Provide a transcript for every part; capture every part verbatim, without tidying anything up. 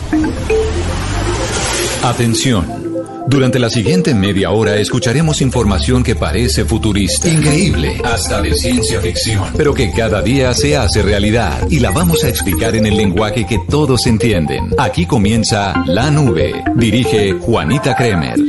Atención. Durante la siguiente media hora escucharemos información que parece futurista, increíble, hasta de ciencia ficción, pero que cada día se hace realidad y la vamos a explicar en el lenguaje que todos entienden. Aquí comienza La Nube. Dirige Juanita Kremer.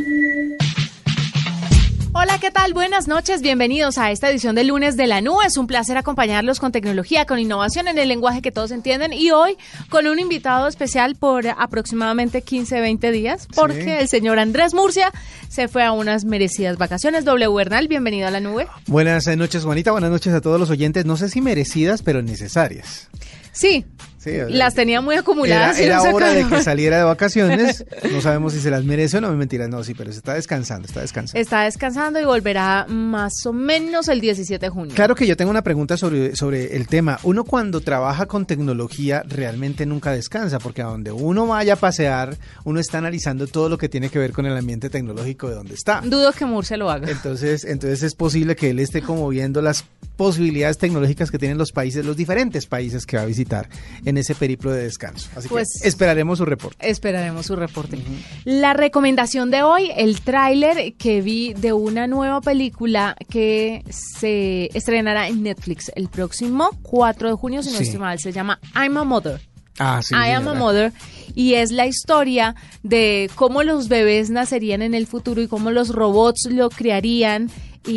Hola, ¿qué tal? Buenas noches, bienvenidos a esta edición del lunes de La Nube. Es un placer acompañarlos con tecnología, con innovación en el lenguaje que todos entienden y hoy con un invitado especial por aproximadamente quince, veinte días porque sí. El señor Andrés Murcia se fue a unas merecidas vacaciones. W. Bernal, bienvenido a La Nube. Buenas noches, Juanita, buenas noches a todos los oyentes, no sé si merecidas, pero necesarias. Sí. Sí, las tenía muy acumuladas. Era, era hora de que saliera de vacaciones. No sabemos si se las merece o no. Me mentiras, no, sí, pero se está descansando, está descansando. Está descansando y volverá más o menos el diecisiete de junio. Claro que yo tengo una pregunta sobre, sobre el tema. Uno cuando trabaja con tecnología realmente nunca descansa, porque a donde uno vaya a pasear, uno está analizando todo lo que tiene que ver con el ambiente tecnológico de donde está. Dudo que Murcia lo haga. Entonces, entonces es posible que él esté como viendo las posibilidades tecnológicas que tienen los países, los diferentes países que va a visitar en ese periplo de descanso. Así pues, que esperaremos su reporte. Esperaremos su reporte. Uh-huh. La recomendación de hoy, el tráiler que vi de una nueva película que se estrenará en Netflix el próximo cuatro de junio, si no sí. estoy mal, se llama I'm a Mother. Ah, sí, I sí, am verdad. a Mother, y es la historia de cómo los bebés nacerían en el futuro y cómo los robots lo criarían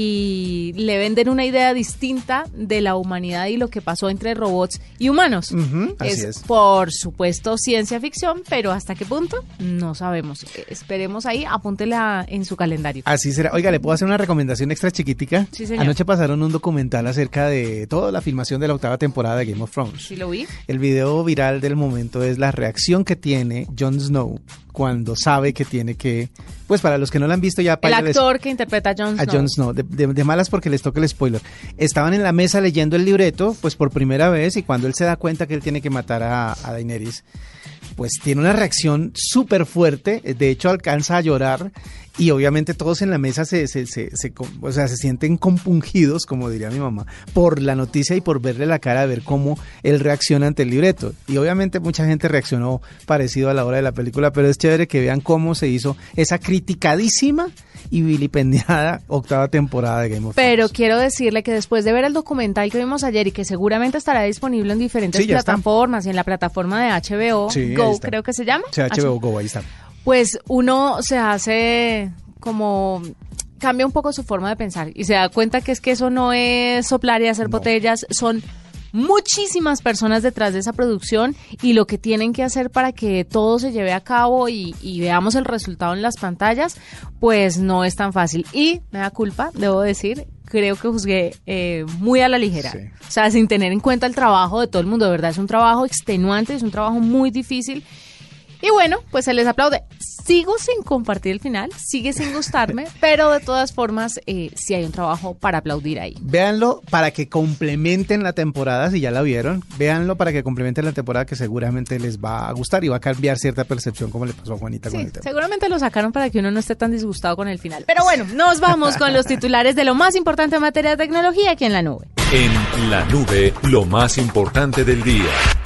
y le venden una idea distinta de la humanidad y lo que pasó entre robots y humanos. Uh-huh, así es, es, por supuesto, ciencia ficción, pero ¿hasta qué punto? No sabemos. Esperemos ahí, apúntela en su calendario. Así será. Oiga, ¿le puedo hacer una recomendación extra chiquitica? Sí, señor. Anoche pasaron un documental acerca de toda la filmación de la octava temporada de Game of Thrones. Sí, lo vi. El video viral del momento es la reacción que tiene Jon Snow cuando sabe que tiene que, pues para los que no lo han visto ya... El actor les, que interpreta a Jon Snow. A Jon Snow, de, de, de malas porque les toca el spoiler. Estaban en la mesa leyendo el libreto, pues por primera vez, y cuando él se da cuenta que él tiene que matar a, a Daenerys, pues tiene una reacción súper fuerte, de hecho alcanza a llorar, y obviamente todos en la mesa se, se, se, se, o sea, se sienten compungidos, como diría mi mamá, por la noticia y por verle la cara, de ver cómo él reacciona ante el libreto. Y obviamente mucha gente reaccionó parecido a la hora de la película, pero es chévere que vean cómo se hizo esa criticadísima y vilipendiada octava temporada de Game of Thrones. Pero quiero decirle que después de ver el documental que vimos ayer y que seguramente estará disponible en diferentes sí, plataformas está. Y en la plataforma de H B O sí, Go, creo que se llama. Sí, H B O Go, ahí está. Pues uno se hace como... cambia un poco su forma de pensar y se da cuenta que es que eso no es soplar y hacer no. botellas, son muchísimas personas detrás de esa producción y lo que tienen que hacer para que todo se lleve a cabo y, y veamos el resultado en las pantallas, pues no es tan fácil. Y me da culpa, debo decir, creo que juzgué eh, muy a la ligera. Sí. O sea, sin tener en cuenta el trabajo de todo el mundo. De verdad, es un trabajo extenuante, es un trabajo muy difícil. Y bueno, pues se les aplaude. Sigo sin compartir el final, sigue sin gustarme, pero de todas formas eh, sí hay un trabajo para aplaudir ahí. Véanlo para que complementen la temporada, si ya la vieron, véanlo para que complementen la temporada que seguramente les va a gustar y va a cambiar cierta percepción como le pasó a Juanita sí, con el tema. Seguramente lo sacaron para que uno no esté tan disgustado con el final. Pero bueno, nos vamos con los titulares de lo más importante en materia de tecnología aquí en La Nube. En La Nube, lo más importante del día.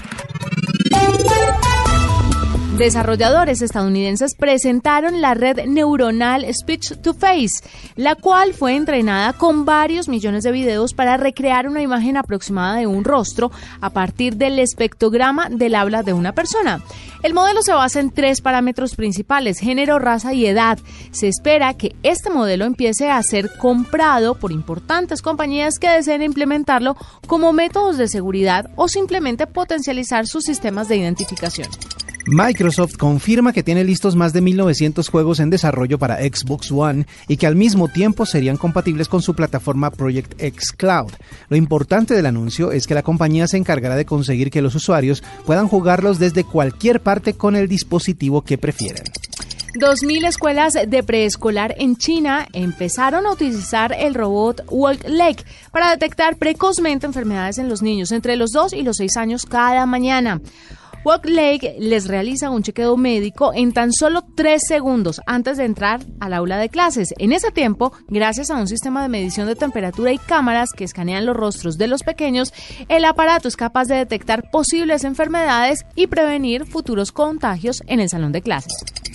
Desarrolladores estadounidenses presentaron la red neuronal Speech to Face, la cual fue entrenada con varios millones de videos para recrear una imagen aproximada de un rostro a partir del espectrograma del habla de una persona. El modelo se basa en tres parámetros principales: género, raza y edad. Se espera que este modelo empiece a ser comprado por importantes compañías que deseen implementarlo como métodos de seguridad o simplemente potencializar sus sistemas de identificación. Microsoft confirma que tiene listos más de mil novecientos juegos en desarrollo para Xbox One y que al mismo tiempo serían compatibles con su plataforma Project X Cloud. Lo importante del anuncio es que la compañía se encargará de conseguir que los usuarios puedan jugarlos desde cualquier parte con el dispositivo que prefieran. dos mil escuelas de preescolar en China empezaron a utilizar el robot Walk Leg para detectar precozmente enfermedades en los niños entre los dos y los seis años cada mañana. Walk Lake les realiza un chequeo médico en tan solo tres segundos antes de entrar al aula de clases. En ese tiempo, gracias a un sistema de medición de temperatura y cámaras que escanean los rostros de los pequeños, el aparato es capaz de detectar posibles enfermedades y prevenir futuros contagios en el salón de clases.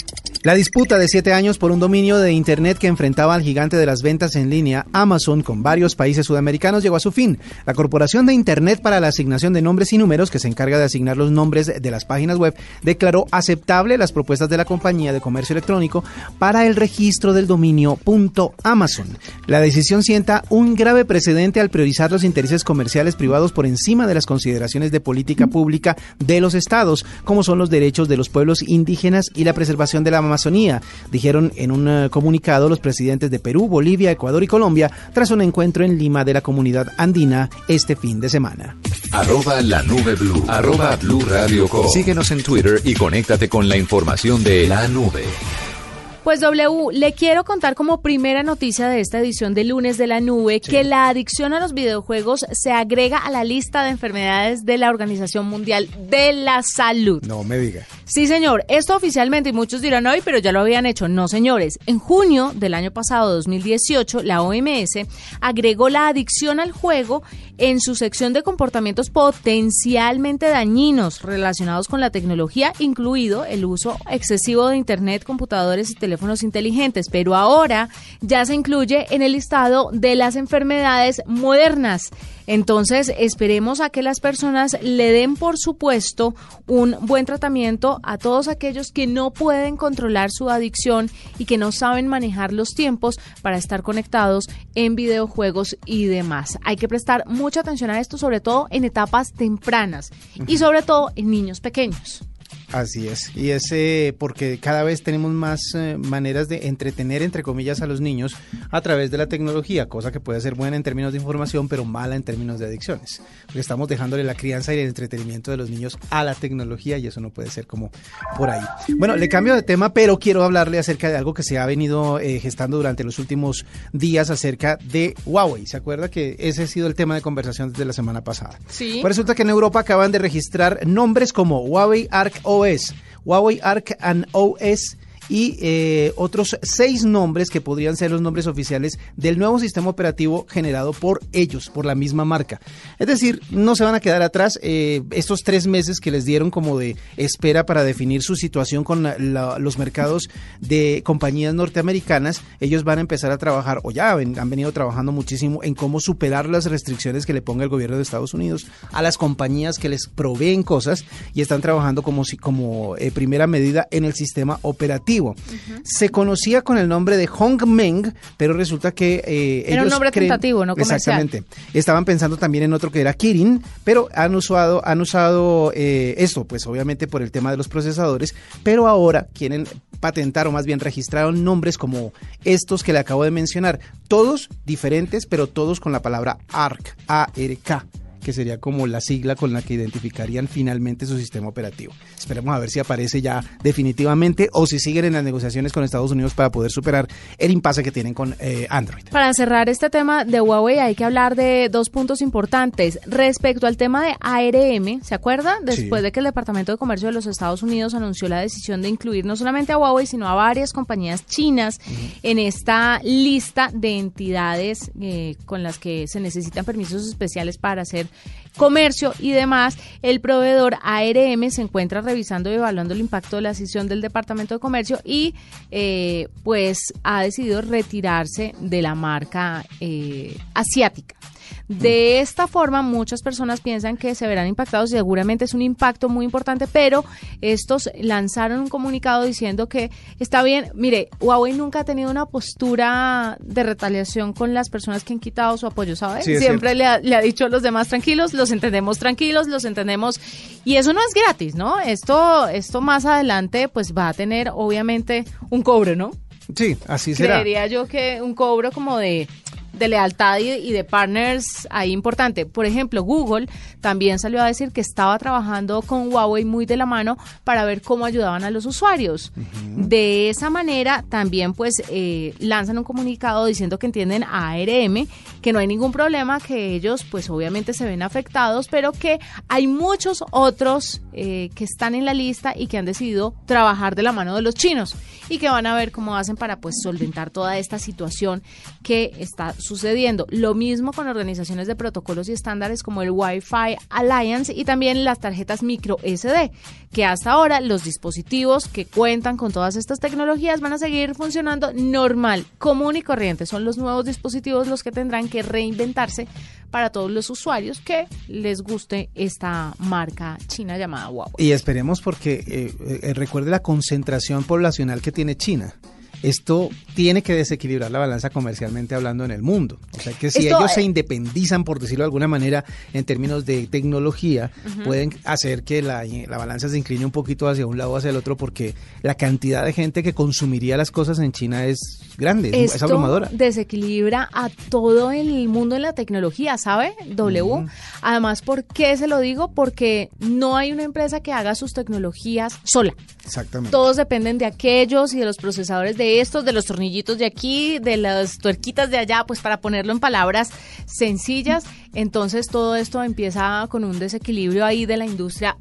La disputa de siete años por un dominio de Internet que enfrentaba al gigante de las ventas en línea, Amazon, con varios países sudamericanos llegó a su fin. La Corporación de Internet para la Asignación de Nombres y Números, que se encarga de asignar los nombres de las páginas web, declaró aceptable las propuestas de la compañía de comercio electrónico para el registro del dominio .amazon. La decisión sienta un grave precedente al priorizar los intereses comerciales privados por encima de las consideraciones de política pública de los estados, como son los derechos de los pueblos indígenas y la preservación de la Amazonía, dijeron en un uh, comunicado los presidentes de Perú, Bolivia, Ecuador y Colombia tras un encuentro en Lima de la comunidad andina este fin de semana. Arroba la nube blue, arroba blue radio co. Síguenos en Twitter y conéctate con la información de la nube. Pues W, le quiero contar como primera noticia de esta edición de Lunes de la Nube sí. que la adicción a los videojuegos se agrega a la lista de enfermedades de la Organización Mundial de la Salud. No me diga. Sí, señor. Esto oficialmente, y muchos dirán, hoy, pero ya lo habían hecho. No, señores. En junio del año pasado, dos mil dieciocho, la O M S agregó la adicción al juego en su sección de comportamientos potencialmente dañinos relacionados con la tecnología, incluido el uso excesivo de Internet, computadores y teléfonos teléfonos inteligentes, pero ahora ya se incluye en el listado de las enfermedades modernas. Entonces, esperemos a que las personas le den, por supuesto, un buen tratamiento a todos aquellos que no pueden controlar su adicción y que no saben manejar los tiempos para estar conectados en videojuegos y demás. Hay que prestar mucha atención a esto, sobre todo en etapas tempranas y sobre todo en niños pequeños. Así es, y es eh, porque cada vez tenemos más eh, maneras de entretener, entre comillas, a los niños a través de la tecnología, cosa que puede ser buena en términos de información, pero mala en términos de adicciones, porque estamos dejándole la crianza y el entretenimiento de los niños a la tecnología y eso no puede ser como por ahí. Bueno, le cambio de tema, pero quiero hablarle acerca de algo que se ha venido eh, gestando durante los últimos días acerca de Huawei. ¿Se acuerda que ese ha sido el tema de conversación desde la semana pasada? Sí. Pues resulta que en Europa acaban de registrar nombres como Huawei Arc O S, Huawei Arc and O S y eh, otros seis nombres que podrían ser los nombres oficiales del nuevo sistema operativo generado por ellos, por la misma marca. Es decir, no se van a quedar atrás. Eh, estos tres meses que les dieron como de espera para definir su situación con la, la, los mercados de compañías norteamericanas, ellos van a empezar a trabajar, o ya ven, han venido trabajando muchísimo en cómo superar las restricciones que le ponga el gobierno de Estados Unidos a las compañías que les proveen cosas, y están trabajando como, como eh, primera medida en el sistema operativo. Uh-huh. Se conocía con el nombre de Hongmeng, pero resulta que eh, era ellos un nombre creen, tentativo, no comercial. Exactamente. Estaban pensando también en otro que era Kirin, pero han usado, han usado eh, esto, pues obviamente por el tema de los procesadores, pero ahora quieren patentar, o más bien registraron nombres como estos que le acabo de mencionar, todos diferentes, pero todos con la palabra Arc, A R K, que sería como la sigla con la que identificarían finalmente su sistema operativo. Esperemos a ver si aparece ya definitivamente o si siguen en las negociaciones con Estados Unidos para poder superar el impasse que tienen con eh, Android. Para cerrar este tema de Huawei hay que hablar de dos puntos importantes. Respecto al tema de A R M, ¿se acuerda? Después sí. de que el Departamento de Comercio de los Estados Unidos anunció la decisión de incluir no solamente a Huawei, sino a varias compañías chinas uh-huh. en esta lista de entidades eh, con las que se necesitan permisos especiales para hacer comercio y demás, el proveedor A R M se encuentra revisando y evaluando el impacto de la decisión del Departamento de Comercio y eh, pues ha decidido retirarse de la marca eh, asiática. De esta forma, muchas personas piensan que se verán impactados y seguramente es un impacto muy importante, pero estos lanzaron un comunicado diciendo que está bien. Mire, Huawei nunca ha tenido una postura de retaliación con las personas que han quitado su apoyo, ¿sabes? Sí, siempre le ha, le ha dicho a los demás tranquilos, los entendemos tranquilos, los entendemos, y eso no es gratis, ¿no? Esto, esto más adelante pues va a tener obviamente un cobro, ¿no? Sí, así será. Creería yo que un cobro como de de lealtad y, y de partners ahí importante. Por ejemplo, Google también salió a decir que estaba trabajando con Huawei muy de la mano para ver cómo ayudaban a los usuarios. Uh-huh. De esa manera también pues eh, lanzan un comunicado diciendo que entienden a A R M, que no hay ningún problema, que ellos pues obviamente se ven afectados, pero que hay muchos otros eh, que están en la lista y que han decidido trabajar de la mano de los chinos y que van a ver cómo hacen para pues solventar toda esta situación que está sucediendo. Lo mismo con organizaciones de protocolos y estándares como el Wi-Fi Alliance y también las tarjetas micro S D, que hasta ahora los dispositivos que cuentan con todas estas tecnologías van a seguir funcionando normal, común y corriente. Son los nuevos dispositivos los que tendrán que reinventarse para todos los usuarios que les guste esta marca china llamada Huawei. Y esperemos porque eh, eh, recuerde la concentración poblacional que tiene China. Esto tiene que desequilibrar la balanza comercialmente hablando en el mundo. O sea que si Esto, ellos se independizan, por decirlo de alguna manera, en términos de tecnología, uh-huh. pueden hacer que la, la balanza se incline un poquito hacia un lado o hacia el otro, porque la cantidad de gente que consumiría las cosas en China es grande, Esto es abrumadora. Desequilibra a todo el mundo de la tecnología, ¿sabe? W. Uh-huh. Además, ¿por qué se lo digo? Porque no hay una empresa que haga sus tecnologías sola. Exactamente. Todos dependen de aquellos y de los procesadores de estos, de los tornillitos de aquí, de las tuerquitas de allá, pues para ponerlo en palabras sencillas. Entonces todo esto empieza con un desequilibrio ahí de la industria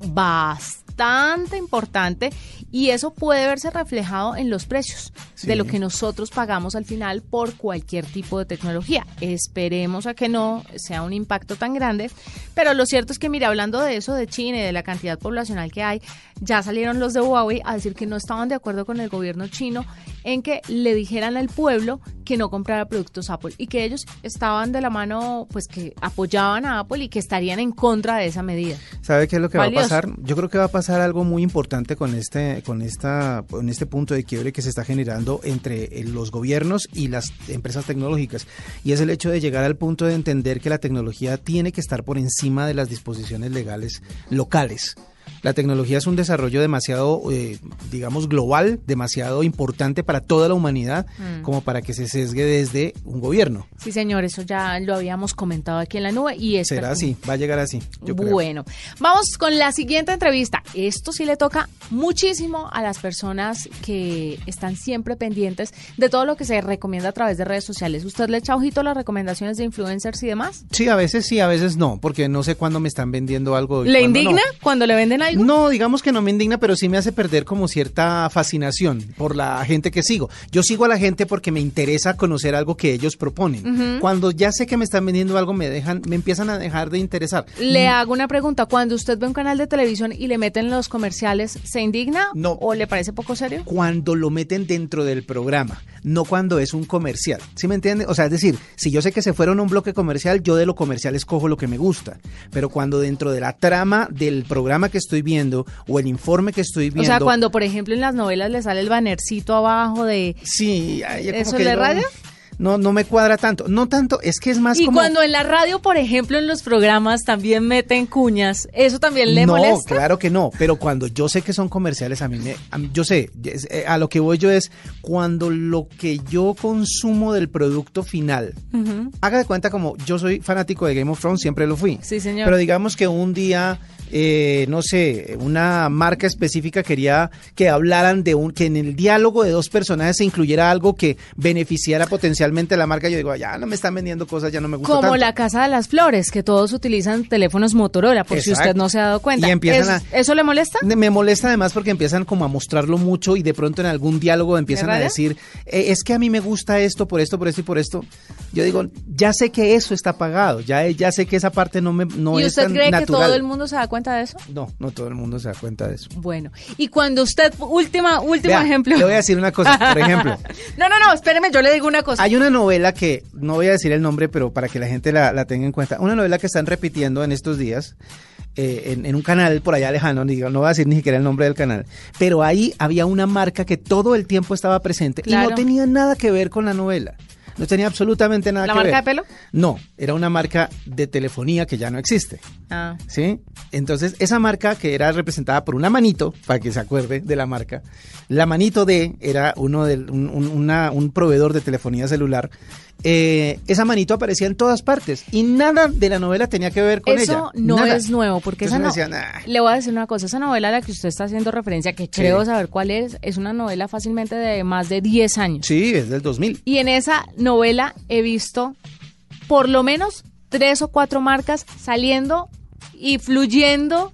bastante importante y eso puede verse reflejado en los precios sí. de lo que nosotros pagamos al final por cualquier tipo de tecnología. Esperemos a que no sea un impacto tan grande, pero lo cierto es que, mira, hablando de eso, de China y de la cantidad poblacional que hay, ya salieron los de Huawei a decir que no estaban de acuerdo con el gobierno chino en que le dijeran al pueblo que no comprara productos Apple y que ellos estaban de la mano, pues que apoyaban a Apple y que estarían en contra de esa medida. ¿Sabe qué es lo que Valioso. va a pasar? Yo creo que va a pasar algo muy importante con este, con esta, con este punto de quiebre que se está generando entre los gobiernos y las empresas tecnológicas, y es el hecho de llegar al punto de entender que la tecnología tiene que estar por encima de las disposiciones legales locales. La tecnología es un desarrollo demasiado, eh, digamos, global, demasiado importante para toda la humanidad, mm. como para que se sesgue desde un gobierno. Sí, señor, eso ya lo habíamos comentado aquí en la nube. Y será así, va a llegar así. Yo bueno, creo. Vamos con la siguiente entrevista. Esto sí le toca muchísimo a las personas que están siempre pendientes de todo lo que se recomienda a través de redes sociales. ¿Usted le echa ojito a las recomendaciones de influencers y demás? Sí, a veces sí, a veces no, porque no sé cuándo me están vendiendo algo. ¿Le indigna no. cuando le venden algo? No, digamos que no me indigna, pero sí me hace perder como cierta fascinación por la gente que sigo. Yo sigo a la gente porque me interesa conocer algo que ellos proponen. Uh-huh. Cuando ya sé que me están vendiendo algo, me dejan, me empiezan a dejar de interesar. Le mm. hago una pregunta. Cuando usted ve un canal de televisión y le meten los comerciales, ¿se indigna? No. ¿O le parece poco serio? Cuando lo meten dentro del programa, no cuando es un comercial. ¿Sí me entiende? O sea, es decir, si yo sé que se fueron a un bloque comercial, yo de lo comercial escojo lo que me gusta. Pero cuando dentro de la trama del programa que estoy viendo o el informe que estoy viendo... O sea, cuando, por ejemplo, en las novelas le sale el bannercito abajo de... Sí. ¿Eso es de radio? No, no me cuadra tanto. No tanto, es que es más y como... Y cuando en la radio, por ejemplo, en los programas también meten cuñas, ¿eso también le no, molesta? No, claro que no, pero cuando yo sé que son comerciales, a mí me... A mí, yo sé, a lo que voy yo es cuando lo que yo consumo del producto final, uh-huh. haga de cuenta como yo soy fanático de Game of Thrones, siempre lo fui. Sí, señor. Pero digamos que un día... Eh, no sé, una marca específica quería que hablaran de un, que en el diálogo de dos personajes se incluyera algo que beneficiara potencialmente a la marca. Yo digo, ya no me están vendiendo cosas, ya no me gusta Como tanto. la Casa de las Flores, que todos utilizan teléfonos Motorola, por Exacto. si usted no se ha dado cuenta. Y empiezan a, ¿Eso le molesta? Me molesta además porque empiezan como a mostrarlo mucho y de pronto en algún diálogo empiezan a decir, eh, es que a mí me gusta esto, por esto, por esto y por esto. Yo digo, ya sé que eso está pagado, ya, ya sé que esa parte no, me, no es tan natural. ¿Y usted cree que todo el mundo se da cuenta de eso? No, no todo el mundo se da cuenta de eso. Bueno, y cuando usted, última, último Vea, ejemplo. Le voy a decir una cosa, por ejemplo. no, no, no, espéreme, yo le digo una cosa. Hay una novela que, no voy a decir el nombre, pero para que la gente la, la tenga en cuenta. Una novela que están repitiendo en estos días, eh, en, en un canal por allá lejano, no, no voy a decir ni siquiera el nombre del canal, pero ahí había una marca que todo el tiempo estaba presente claro. y no tenía nada que ver con la novela. No tenía absolutamente nada que ver. ¿La marca de pelo? No, era una marca de telefonía que ya no existe. Ah. ¿Sí? Entonces, esa marca que era representada por una manito, para que se acuerde de la marca, la manito D era uno de, un, un, una, un proveedor de telefonía celular eh, esa manito aparecía en todas partes y nada de la novela tenía que ver con Eso ella. Eso no nada. es nuevo, porque Entonces esa no, decía, nah. le voy a decir una cosa, esa novela a la que usted está haciendo referencia, que creo sí. saber cuál es, es una novela fácilmente de más de diez años. Sí, es del dos mil. Y en esa novela he visto por lo menos tres o cuatro marcas saliendo y fluyendo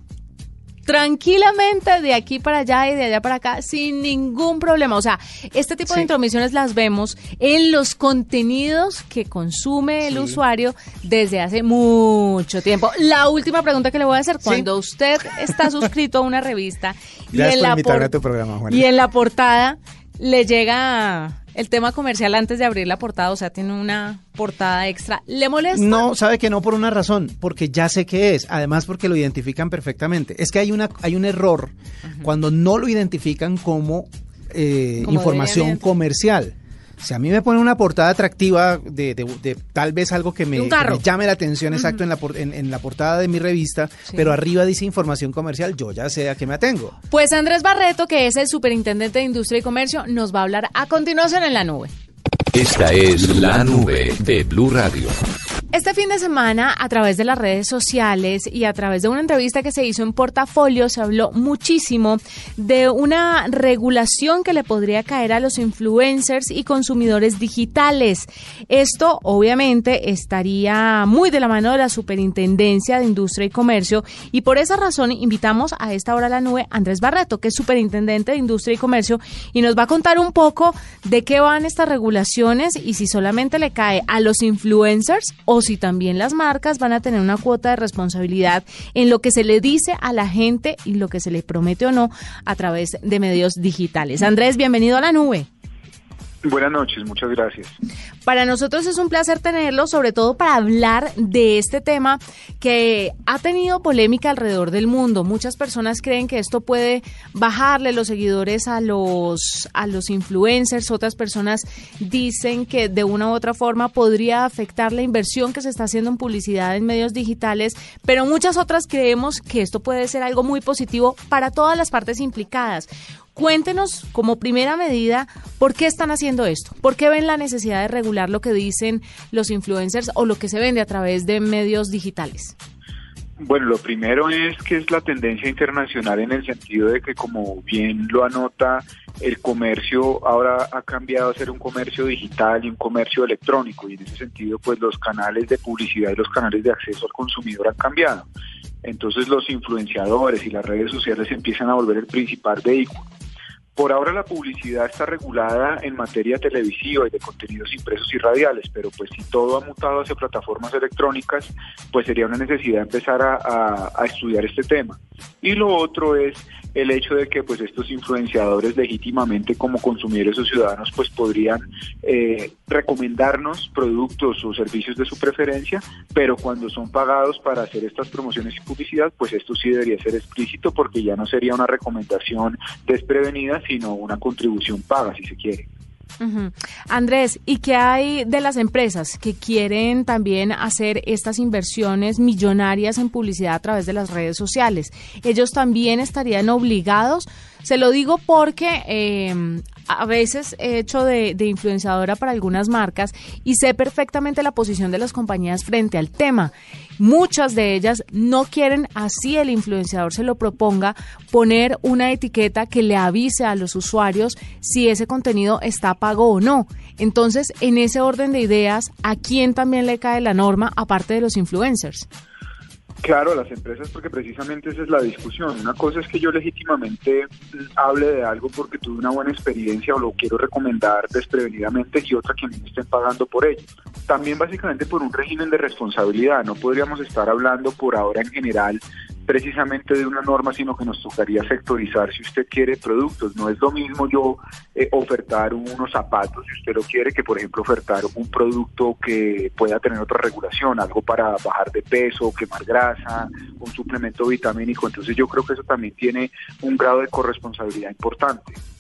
tranquilamente de aquí para allá y de allá para acá sin ningún problema. O sea, este tipo sí. de intromisiones las vemos en los contenidos que consume el sí. usuario desde hace mucho tiempo. La última pregunta que le voy a hacer, cuando sí. usted está suscrito a una revista y en, la por- a tu programa, Juana. y en la portada le llega el tema comercial antes de abrir la portada, o sea, tiene una portada extra, ¿le molesta? No, sabe que no, por una razón, porque ya sé qué es, además porque lo identifican perfectamente. Es que hay una hay un error uh-huh. cuando no lo identifican como eh, información comercial. Si a mí me ponen una portada atractiva de, de, de tal vez algo que me, que me llame la atención, uh-huh. exacto, en la, en, en la portada de mi revista, sí. pero arriba dice información comercial, yo ya sé a qué me atengo. Pues Andrés Barreto, que es el superintendente de Industria y Comercio, nos va a hablar a continuación en La Nube. Esta es La Nube de Blue Radio. Este fin de semana, a través de las redes sociales y a través de una entrevista que se hizo en Portafolio, se habló muchísimo de una regulación que le podría caer a los influencers y consumidores digitales. Esto, obviamente, estaría muy de la mano de la Superintendencia de Industria y Comercio, y por esa razón invitamos a esta hora a La Nube a Andrés Barreto, que es superintendente de Industria y Comercio, y nos va a contar un poco de qué van estas regulaciones y si solamente le cae a los influencers o si también las marcas van a tener una cuota de responsabilidad en lo que se le dice a la gente y lo que se le promete o no a través de medios digitales. Andrés, bienvenido a La Nube. Buenas noches, muchas gracias. Para nosotros es un placer tenerlo, sobre todo para hablar de este tema que ha tenido polémica alrededor del mundo. Muchas personas creen que esto puede bajarle los seguidores a los a los influencers. Otras personas dicen que de una u otra forma podría afectar la inversión que se está haciendo en publicidad en medios digitales, pero muchas otras creemos que esto puede ser algo muy positivo para todas las partes implicadas. Cuéntenos, como primera medida, ¿por qué están haciendo esto? ¿Por qué ven la necesidad de regular lo que dicen los influencers o lo que se vende a través de medios digitales? Bueno, lo primero es que es la tendencia internacional en el sentido de que, como bien lo anota, el comercio ahora ha cambiado a ser un comercio digital y un comercio electrónico, y en ese sentido, pues los canales de publicidad y los canales de acceso al consumidor han cambiado. Entonces los influenciadores y las redes sociales empiezan a volver el principal vehículo. Por ahora la publicidad está regulada en materia televisiva y de contenidos impresos y radiales, pero pues si todo ha mutado hacia plataformas electrónicas, pues sería una necesidad empezar a, a, a estudiar este tema. Y lo otro es el hecho de que pues estos influenciadores legítimamente como consumidores o ciudadanos pues podrían eh, recomendarnos productos o servicios de su preferencia, pero cuando son pagados para hacer estas promociones y publicidad, pues esto sí debería ser explícito, porque ya no sería una recomendación desprevenida, sino una contribución paga, si se quiere. Uh-huh. Andrés, ¿y qué hay de las empresas que quieren también hacer estas inversiones millonarias en publicidad a través de las redes sociales? ¿Ellos también estarían obligados? Se lo digo porque eh, a veces he hecho de, de influenciadora para algunas marcas y sé perfectamente la posición de las compañías frente al tema. Muchas de ellas no quieren, así el influenciador se lo proponga, poner una etiqueta que le avise a los usuarios si ese contenido está pago o no. Entonces, en ese orden de ideas, ¿a quién también le cae la norma, aparte de los influencers? Claro, a las empresas, porque precisamente esa es la discusión. Una cosa es que yo legítimamente hable de algo porque tuve una buena experiencia o lo quiero recomendar desprevenidamente, y otra que a mí me estén pagando por ello. También básicamente por un régimen de responsabilidad. No podríamos estar hablando por ahora en general precisamente de una norma, sino que nos tocaría sectorizar si usted quiere productos. No es lo mismo yo eh, ofertar unos zapatos, si usted lo quiere, que por ejemplo ofertar un producto que pueda tener otra regulación, algo para bajar de peso, quemar grasa, un suplemento vitamínico. Entonces yo creo que eso también tiene un grado de corresponsabilidad importante.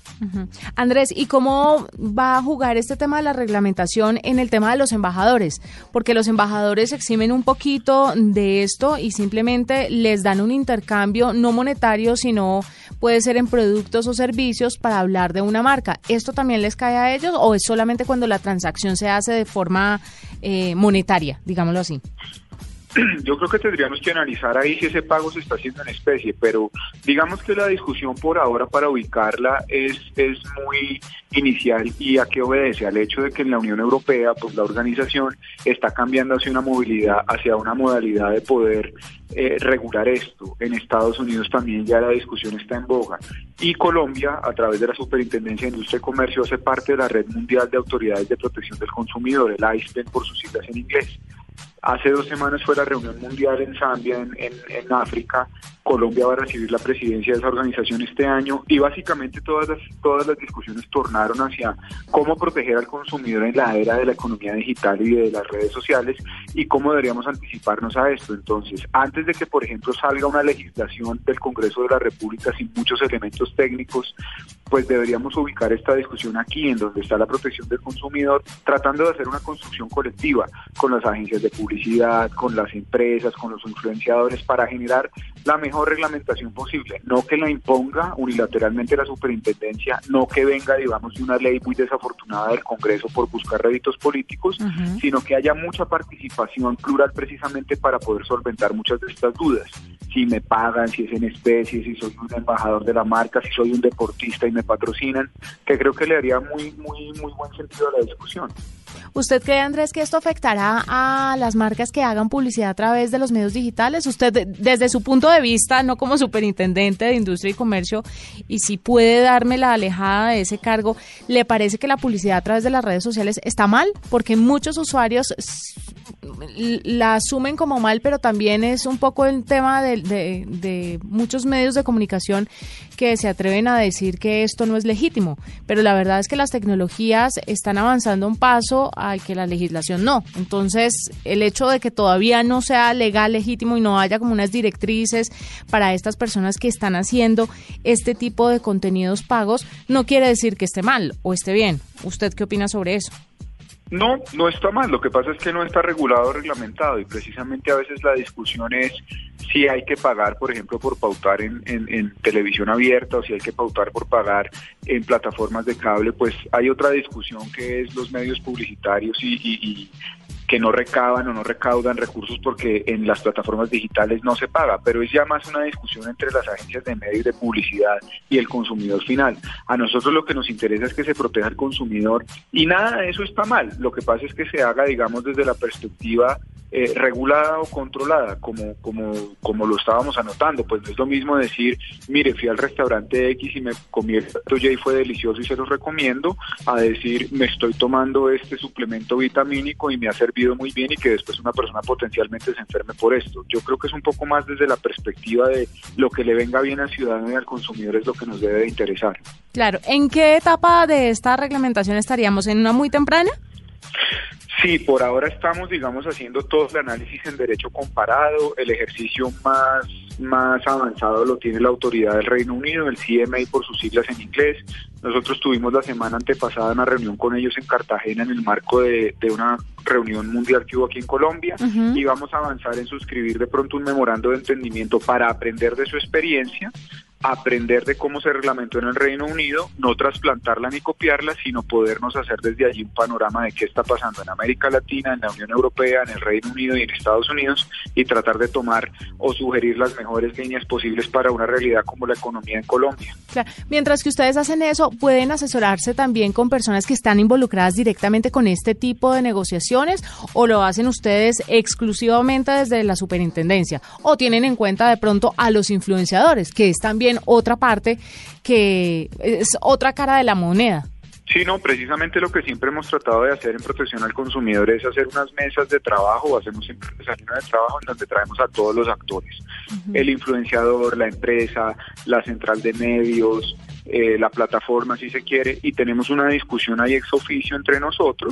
Uh-huh. Andrés, ¿y cómo va a jugar este tema de la reglamentación en el tema de los embajadores? Porque los embajadores eximen un poquito de esto y simplemente les dan un intercambio no monetario, sino puede ser en productos o servicios para hablar de una marca. ¿Esto también les cae a ellos o es solamente cuando la transacción se hace de forma eh, monetaria, digámoslo así? Yo creo que tendríamos que analizar ahí si ese pago se está haciendo en especie, pero digamos que la discusión por ahora para ubicarla es, es muy inicial. ¿Y a qué obedece? Al hecho de que en la Unión Europea, pues la organización está cambiando hacia una movilidad, hacia una modalidad de poder eh, regular esto. En Estados Unidos también ya la discusión está en boga. Y Colombia, a través de la Superintendencia de Industria y Comercio, hace parte de la Red Mundial de Autoridades de Protección del Consumidor, el I S P E N por sus siglas en inglés. Hace dos semanas fue la reunión mundial en Zambia, en, en, en África. Colombia va a recibir la presidencia de esa organización este año y básicamente todas las, todas las discusiones tornaron hacia cómo proteger al consumidor en la era de la economía digital y de las redes sociales y cómo deberíamos anticiparnos a esto. Entonces, antes de que, por ejemplo, salga una legislación del Congreso de la República sin muchos elementos técnicos, pues deberíamos ubicar esta discusión aquí, en donde está la protección del consumidor, tratando de hacer una construcción colectiva con las agencias de publicidad, con las empresas, con los influenciadores, para generar la mejor reglamentación posible, no que la imponga unilateralmente la superintendencia, no que venga, digamos, de una ley muy desafortunada del Congreso por buscar réditos políticos, uh-huh. sino que haya mucha participación plural precisamente para poder solventar muchas de estas dudas. Si me pagan, si es en especie, si soy un embajador de la marca, si soy un deportista y me patrocinan, que creo que le daría muy, muy, muy buen sentido a la discusión. ¿Usted cree, Andrés, que esto afectará a las marcas que hagan publicidad a través de los medios digitales? Usted, desde su punto de vista, no como superintendente de Industria y Comercio, y si puede darme la alejada de ese cargo, ¿le parece que la publicidad a través de las redes sociales está mal? Porque muchos usuarios la asumen como mal, pero también es un poco el tema de, de, de muchos medios de comunicación que se atreven a decir que esto no es legítimo, pero la verdad es que las tecnologías están avanzando un paso al que la legislación no. Entonces, el hecho de que todavía no sea legal, legítimo y no haya como unas directrices para estas personas que están haciendo este tipo de contenidos pagos, no quiere decir que esté mal o esté bien. ¿Usted qué opina sobre eso? No, no está mal, lo que pasa es que no está regulado o reglamentado y precisamente a veces la discusión es si hay que pagar, por ejemplo, por pautar en, en, en televisión abierta o si hay que pautar por pagar en plataformas de cable. Pues hay otra discusión que es los medios publicitarios y, y, y que no recaban o no recaudan recursos porque en las plataformas digitales no se paga, pero es ya más una discusión entre las agencias de medios de publicidad y el consumidor final. A nosotros lo que nos interesa es que se proteja al consumidor y nada de eso está mal. Lo que pasa es que se haga, digamos, desde la perspectiva eh, regulada o controlada, como, como, como lo estábamos anotando. Pues no es lo mismo decir, mire, fui al restaurante X y me comí el plato Y y fue delicioso y se los recomiendo, a decir, me estoy tomando este suplemento vitamínico y me ha servido muy bien y que después una persona potencialmente se enferme por esto. Yo creo que es un poco más desde la perspectiva de lo que le venga bien al ciudadano y al consumidor es lo que nos debe de interesar. Claro. ¿En qué etapa de esta reglamentación estaríamos? ¿En una muy temprana? Sí, por ahora estamos, digamos, haciendo todo el análisis en derecho comparado. El ejercicio más, más avanzado lo tiene la autoridad del Reino Unido, el C M A por sus siglas en inglés. Nosotros tuvimos la semana antepasada una reunión con ellos en Cartagena en el marco de, de una reunión mundial que hubo aquí en Colombia uh-huh. y vamos a avanzar en suscribir de pronto un memorando de entendimiento para aprender de su experiencia, aprender de cómo se reglamentó en el Reino Unido, no trasplantarla ni copiarla, sino podernos hacer desde allí un panorama de qué está pasando en América Latina, en la Unión Europea, en el Reino Unido y en Estados Unidos y tratar de tomar o sugerir las mejores líneas posibles para una realidad como la economía en Colombia. Claro. Mientras que ustedes hacen eso, ¿pueden asesorarse también con personas que están involucradas directamente con este tipo de negociaciones o lo hacen ustedes exclusivamente desde la superintendencia? ¿O tienen en cuenta de pronto a los influenciadores, que es también otra parte, que es otra cara de la moneda? Sí, no, precisamente lo que siempre hemos tratado de hacer en protección al consumidor es hacer unas mesas de trabajo, o hacemos siempre un desayuno de trabajo en donde traemos a todos los actores, uh-huh. el influenciador, la empresa, la central de medios, eh, la plataforma si se quiere, y tenemos una discusión ahí ex oficio entre nosotros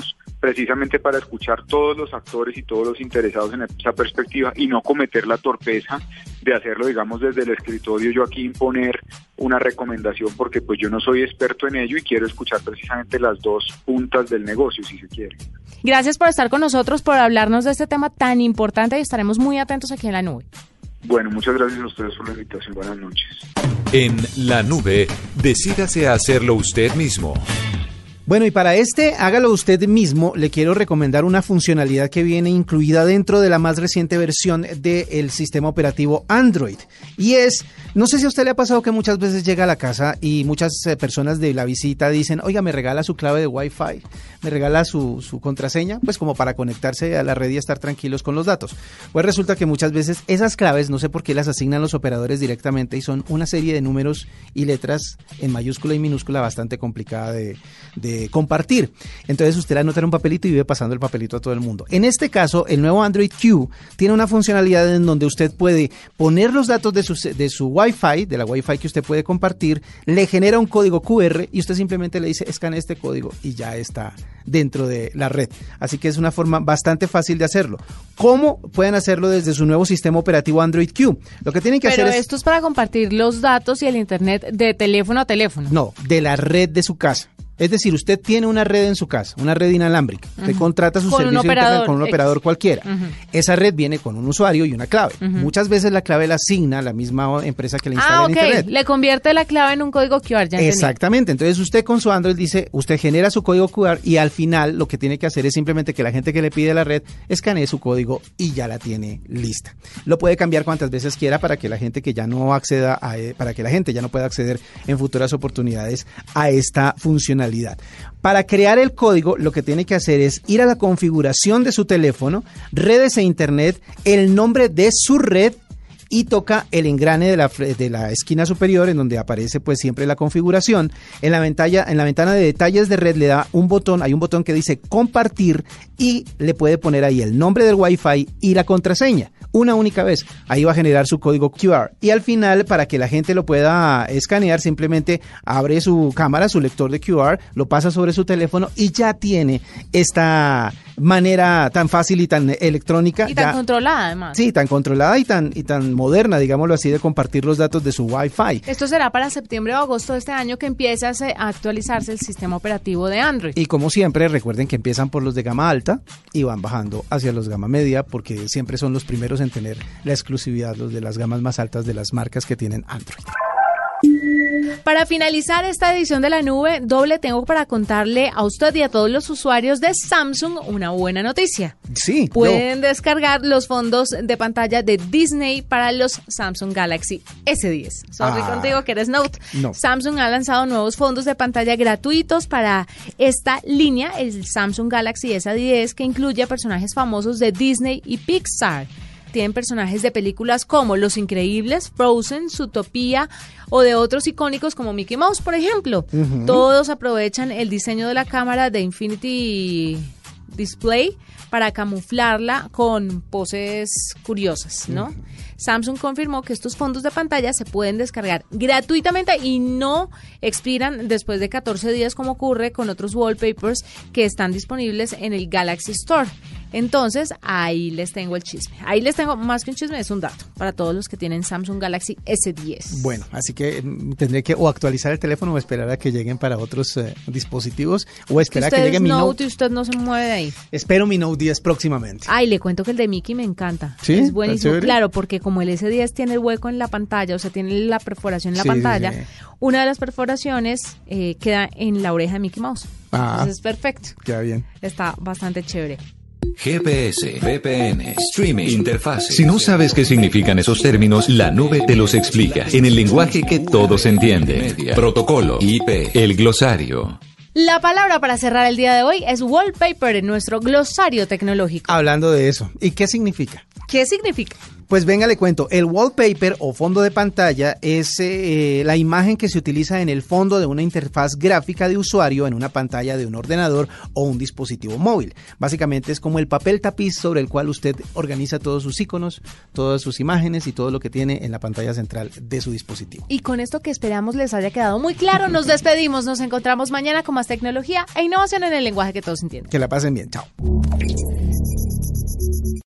precisamente para escuchar todos los actores y todos los interesados en esa perspectiva y no cometer la torpeza de hacerlo, digamos, desde el escritorio, yo aquí imponer una recomendación, porque pues yo no soy experto en ello y quiero escuchar precisamente las dos puntas del negocio, si se quiere. Gracias por estar con nosotros, por hablarnos de este tema tan importante y estaremos muy atentos aquí en La Nube. Bueno, muchas gracias a ustedes por la invitación. Buenas noches. En La Nube, decídase a hacerlo usted mismo. Bueno, y para este, hágalo usted mismo, le quiero recomendar una funcionalidad que viene incluida dentro de la más reciente versión del sistema operativo Android. Y es, no sé si a usted le ha pasado que muchas veces llega a la casa y muchas eh, personas de la visita dicen, oiga, me regala su clave de Wi-Fi, me regala su, su contraseña, pues como para conectarse a la red y estar tranquilos con los datos. Pues resulta que muchas veces esas claves, no sé por qué las asignan los operadores directamente y son una serie de números y letras en mayúscula y minúscula bastante complicada de, de compartir. Entonces usted la anota en un papelito y vive pasando el papelito a todo el mundo. En este caso, el nuevo Android Q tiene una funcionalidad en donde usted puede poner los datos de su, de su Wi-Fi, de la Wi-Fi que usted puede compartir, le genera un código Q R y usted simplemente le dice, escanee este código y ya está dentro de la red. Así que es una forma bastante fácil de hacerlo. ¿Cómo pueden hacerlo desde su nuevo sistema operativo Android Q? Lo que tienen que Pero hacer es... esto es para compartir los datos y el internet de teléfono a teléfono. No, de la red de su casa. Es decir, usted tiene una red en su casa, una red inalámbrica. Usted uh-huh. contrata su con servicio un de internet con un ex. operador cualquiera. Uh-huh. Esa red viene con un usuario y una clave. Uh-huh. Muchas veces la clave la asigna la misma empresa que le instala ah, el okay. internet. Le convierte la clave en un código Q R. Ya Exactamente. Entonces usted con su Android dice, usted genera su código Q R y al final lo que tiene que hacer es simplemente que la gente que le pide la red escanee su código y ya la tiene lista. Lo puede cambiar cuantas veces quiera para que la gente que ya no acceda a, para que la gente ya no pueda acceder en futuras oportunidades a esta funcionalidad. Para crear el código, lo que tiene que hacer es ir a la configuración de su teléfono, redes e internet, el nombre de su red y toca el engrane de la, de la esquina superior en donde aparece pues siempre la configuración. En la ventana, en la ventana de detalles de red le da un botón, hay un botón que dice compartir y le puede poner ahí el nombre del Wi-Fi y la contraseña. Una única vez. Ahí va a generar su código Q R. Y al final, para que la gente lo pueda escanear, simplemente abre su cámara, su lector de Q R, lo pasa sobre su teléfono y ya tiene esta manera tan fácil y tan electrónica. Y tan ya, controlada, además. Sí, tan controlada y tan, y tan moderna, digámoslo así, de compartir los datos de su Wi-Fi. Esto será para septiembre o agosto de este año que empiece a actualizarse el sistema operativo de Android. Y como siempre, recuerden que empiezan por los de gama alta y van bajando hacia los gama media, porque siempre son los primeros en tener la exclusividad, los de las gamas más altas de las marcas que tienen Android. Para finalizar esta edición de La Nube, doble tengo para contarle a usted y a todos los usuarios de Samsung una buena noticia. Sí. Pueden no. descargar descargar los fondos de pantalla de Disney para los Samsung Galaxy S diez. Sorry ah, contigo que eres Note. No. Samsung ha lanzado nuevos fondos de pantalla gratuitos para esta línea, el Samsung Galaxy S diez, que incluye a personajes famosos de Disney y Pixar. Tienen personajes de películas como Los Increíbles, Frozen, Zootopia o de otros icónicos como Mickey Mouse, por ejemplo. Uh-huh. Todos aprovechan el diseño de la cámara de Infinity Display para camuflarla con poses curiosas, ¿no? Uh-huh. Samsung confirmó que estos fondos de pantalla se pueden descargar gratuitamente y no expiran después de catorce días como ocurre con otros wallpapers que están disponibles en el Galaxy Store. Entonces, ahí les tengo el chisme. Ahí les tengo, más que un chisme, es un dato para todos los que tienen Samsung Galaxy S diez. Bueno, así que tendré que o actualizar el teléfono o esperar a que lleguen para otros eh, dispositivos o esperar que a que llegue mi Note. Note. Y usted no se mueve de ahí. Espero mi Note diez próximamente. Ay, le cuento que el de Mickey me encanta. ¿Sí? Es buenísimo. ¿Está claro, porque como el S diez tiene el hueco en la pantalla, o sea, tiene la perforación en la sí, pantalla, sí, sí. una de las perforaciones eh, queda en la oreja de Mickey Mouse. Ah, Entonces es perfecto. Queda bien. Está bastante chévere. G P S, V P N, streaming, interfaces. Si no sabes qué significan esos términos, La Nube te los explica en el lenguaje que todos entienden. Protocolo, I P, el glosario. La palabra para cerrar el día de hoy es wallpaper en nuestro glosario tecnológico. Hablando de eso, ¿y qué significa? ¿Qué significa? Pues venga, le cuento. El wallpaper o fondo de pantalla es eh, la imagen que se utiliza en el fondo de una interfaz gráfica de usuario en una pantalla de un ordenador o un dispositivo móvil. Básicamente es como el papel tapiz sobre el cual usted organiza todos sus iconos, todas sus imágenes y todo lo que tiene en la pantalla central de su dispositivo. Y con esto que esperamos les haya quedado muy claro, nos despedimos. Nos encontramos mañana con más tecnología e innovación en el lenguaje que todos entienden. Que la pasen bien. Chao.